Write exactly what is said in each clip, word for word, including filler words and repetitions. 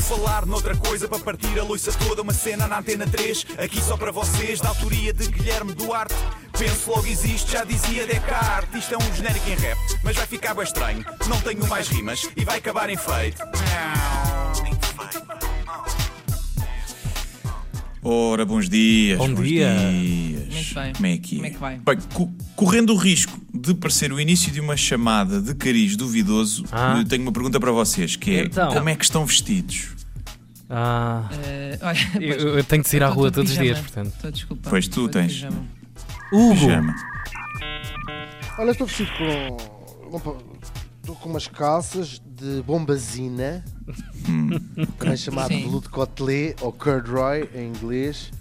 falar noutra coisa para partir a loiça toda. Uma cena na Antena três, aqui só para vocês, da autoria de Guilherme Duarte. Penso logo existe, já dizia Descartes. Isto é um genérico em rap, mas vai ficar bem estranho. Não tenho mais rimas e vai acabar em feito. Ora, bons dias. Bom bons dia. dias. Muito bem. Como é que é? Como é que vai? Bem, co- correndo o risco de parecer o início de uma chamada de cariz duvidoso, Ah. eu tenho uma pergunta para vocês, que é, Então. como é que estão vestidos? Ah, Eh, olha, eu, pois, eu tenho de sair à eu rua estou de todos os pijama. dias, portanto. Estou, desculpa. Pois tu Estou de tens. pijama. Hugo! Pijama. Olha, estou vestido com, com, estou com umas calças de bombazina, também chamado Sim. blue de cotelé ou corduroy em inglês,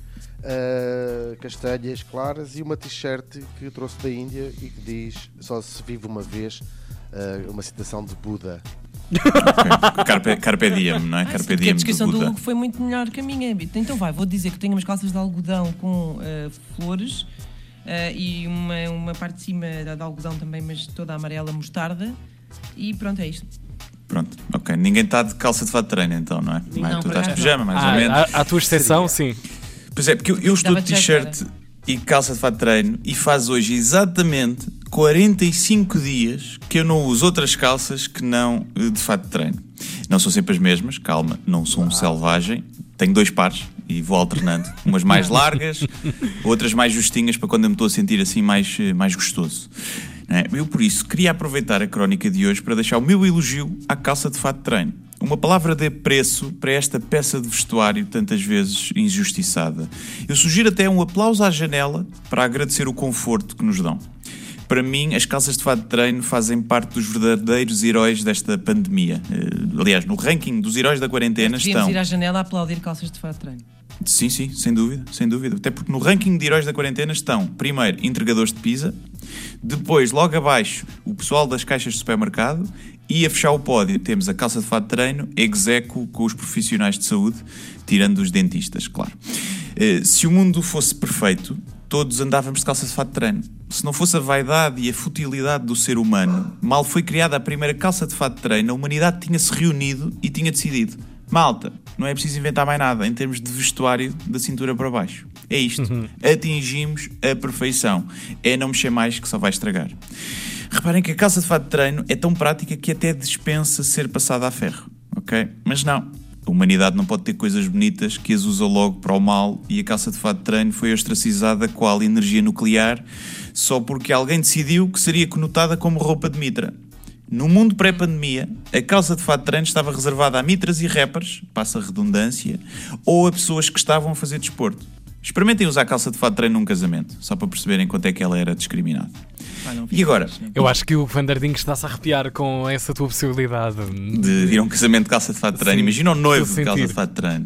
uh, castanhas claras, e uma t-shirt que eu trouxe da Índia e que diz só se vive uma vez, uh, uma citação de Buda. Okay. Carpe, carpe diem, não é? Ah, Carpe sim, porque a diem de descrição do Buda. Hugo foi muito melhor que a minha. Então vai, vou dizer que tenho umas calças de algodão com eh, flores eh, e uma, uma parte de cima da de algodão também, mas toda amarela mostarda. E pronto, é isto. Pronto, ok. Ninguém está de calça de fato de treino então, não é? Não, Não é? Tu por estás de acaso pijama, mais ou Ah, menos. à, à tua exceção, sim. Pois é, porque eu, eu estou Dava de jeito, t-shirt e calça de fato de treino e faz hoje exatamente quarenta e cinco dias que eu não uso outras calças que não eh, de fato de treino. Não são sempre as mesmas, calma, não sou um selvagem. Tenho dois pares e vou alternando. Umas mais largas, outras mais justinhas para quando eu me estou a sentir assim mais, eh, mais gostoso. Não é? Eu, por isso, queria aproveitar a crónica de hoje para deixar o meu elogio à calça de fato de treino. Uma palavra de apreço para esta peça de vestuário tantas vezes injustiçada. Eu sugiro até um aplauso à janela para agradecer o conforto que nos dão. Para mim, as calças de fato de treino fazem parte dos verdadeiros heróis desta pandemia. Eh, Aliás, no ranking dos heróis da quarentena Devíamos estão... ir à janela a aplaudir calças de fato de treino. Sim, sim, sem dúvida, sem dúvida. Até porque no ranking de heróis da quarentena estão, primeiro, entregadores de pizza, depois, logo abaixo, o pessoal das caixas de supermercado, e a fechar o pódio temos a calça de fato de treino, execo com os profissionais de saúde, tirando os dentistas, claro. Uh, se o mundo fosse perfeito, todos andávamos de calça de fato de treino. Se não fosse a vaidade e a futilidade do ser humano, mal foi criada a primeira calça de fato de treino, a humanidade tinha-se reunido e tinha decidido: malta, não é preciso inventar mais nada em termos de vestuário da cintura para baixo. É isto. Uhum. Atingimos a perfeição. É não mexer mais que só vai estragar. Reparem que a calça de fato de treino é tão prática que até dispensa ser passada a ferro. Ok? Mas não. A humanidade não pode ter coisas bonitas que as usa logo para o mal, e a calça de fato de treino foi ostracizada qual energia nuclear só porque alguém decidiu que seria conotada como roupa de mitra. No mundo pré-pandemia, a calça de fato de treino estava reservada a mitras e rappers, passa a redundância, ou a pessoas que estavam a fazer desporto. Experimentem usar a calça de fato de treino num casamento, só para perceberem quanto é que ela era discriminada. Ah, não, E agora? fixe, Eu acho que o Vanderding está-se a arrepiar com essa tua possibilidade. De, de ir a um casamento de calça de fato de treino. Sim, Imagina o noivo estou a de calça sentir. de fato de treino.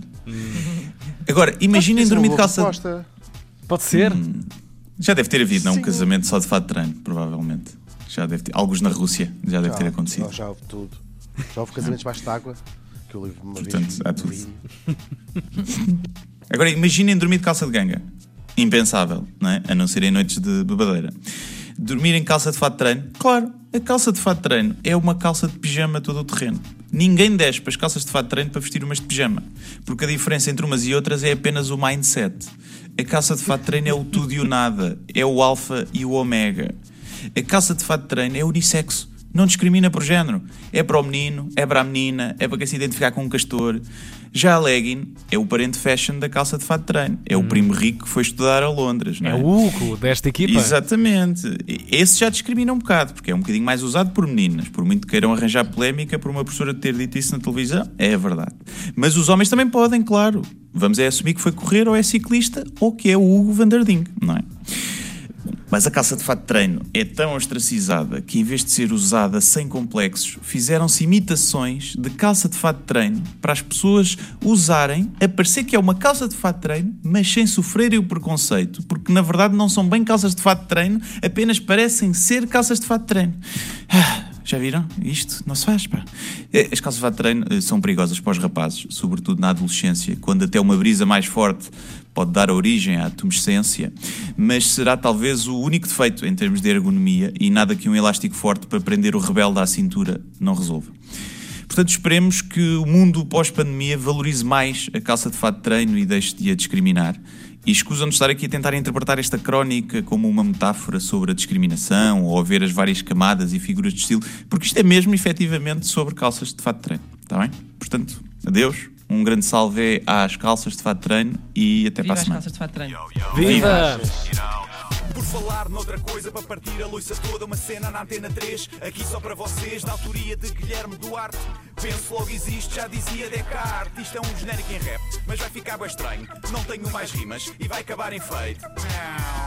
Agora, imaginem Isso é uma dormir de boa calça... proposta. Pode ser? Já deve ter havido, não? Um Sim. casamento só de fato de treino, provavelmente. Já deve ter. Alguns na Rússia já deve ter acontecido. Já, já houve tudo. Já houve casamentos baixo de água, que eu lembro uma Portanto, vez. há no tudo. vídeo. Agora, imaginem dormir de calça de ganga. Impensável, não é? A não ser em noites de bebadeira. Dormir em calça de fato de treino? Claro, a calça de fato de treino é uma calça de pijama todo o terreno. Ninguém desce para as calças de fato de treino para vestir umas de pijama, porque a diferença entre umas e outras é apenas o mindset. A calça de fato de treino é o tudo e o nada, é o alfa e o ômega. A calça de fato de treino é unissexo, não discrimina por género. É para o menino, é para a menina, é para quem se identificar com um castor. Já a legging é o parente fashion da calça de fato de treino. É o primo rico que foi estudar a Londres, não é? É o Hugo desta equipa. Exatamente. Esse já discrimina um bocado, porque é um bocadinho mais usado por meninas. Por muito que queiram arranjar polémica por uma professora ter dito isso na televisão, é verdade. Mas os homens também podem, claro. Vamos é assumir que foi correr, ou é ciclista, ou que é o Hugo Vanderding, não é? Mas a calça de fato de treino é tão ostracizada que, em vez de ser usada sem complexos, fizeram-se imitações de calça de fato de treino para as pessoas usarem, a parecer que é uma calça de fato de treino, mas sem sofrerem o preconceito, porque na verdade não são bem calças de fato de treino, apenas parecem ser calças de fato de treino. Ah, já viram? Isto não se faz, pá. As calças de fato de treino são perigosas para os rapazes, sobretudo na adolescência, quando até uma brisa mais forte pode dar origem à tumescência, mas será talvez o único defeito em termos de ergonomia, e nada que um elástico forte para prender o rebelde à cintura não resolva. Portanto, esperemos que o mundo pós-pandemia valorize mais a calça de fato de treino e deixe de a discriminar. E escusam-nos estar aqui a tentar interpretar esta crónica como uma metáfora sobre a discriminação ou a ver as várias camadas e figuras de estilo, porque isto é mesmo, efetivamente, sobre calças de fato de treino. Está bem? Portanto, adeus, um grande salve às calças de fato de treino e até Viva para a as semana. calças de fato de treino. Viva! Por falar noutra coisa, para partir a louça toda, uma cena na Antena três, aqui só para vocês, da autoria de Guilherme Duarte. Penso logo existe, já dizia Descartes. Isto é um genérico em rap, mas vai ficar bem estranho. Não tenho mais rimas e vai acabar em feito.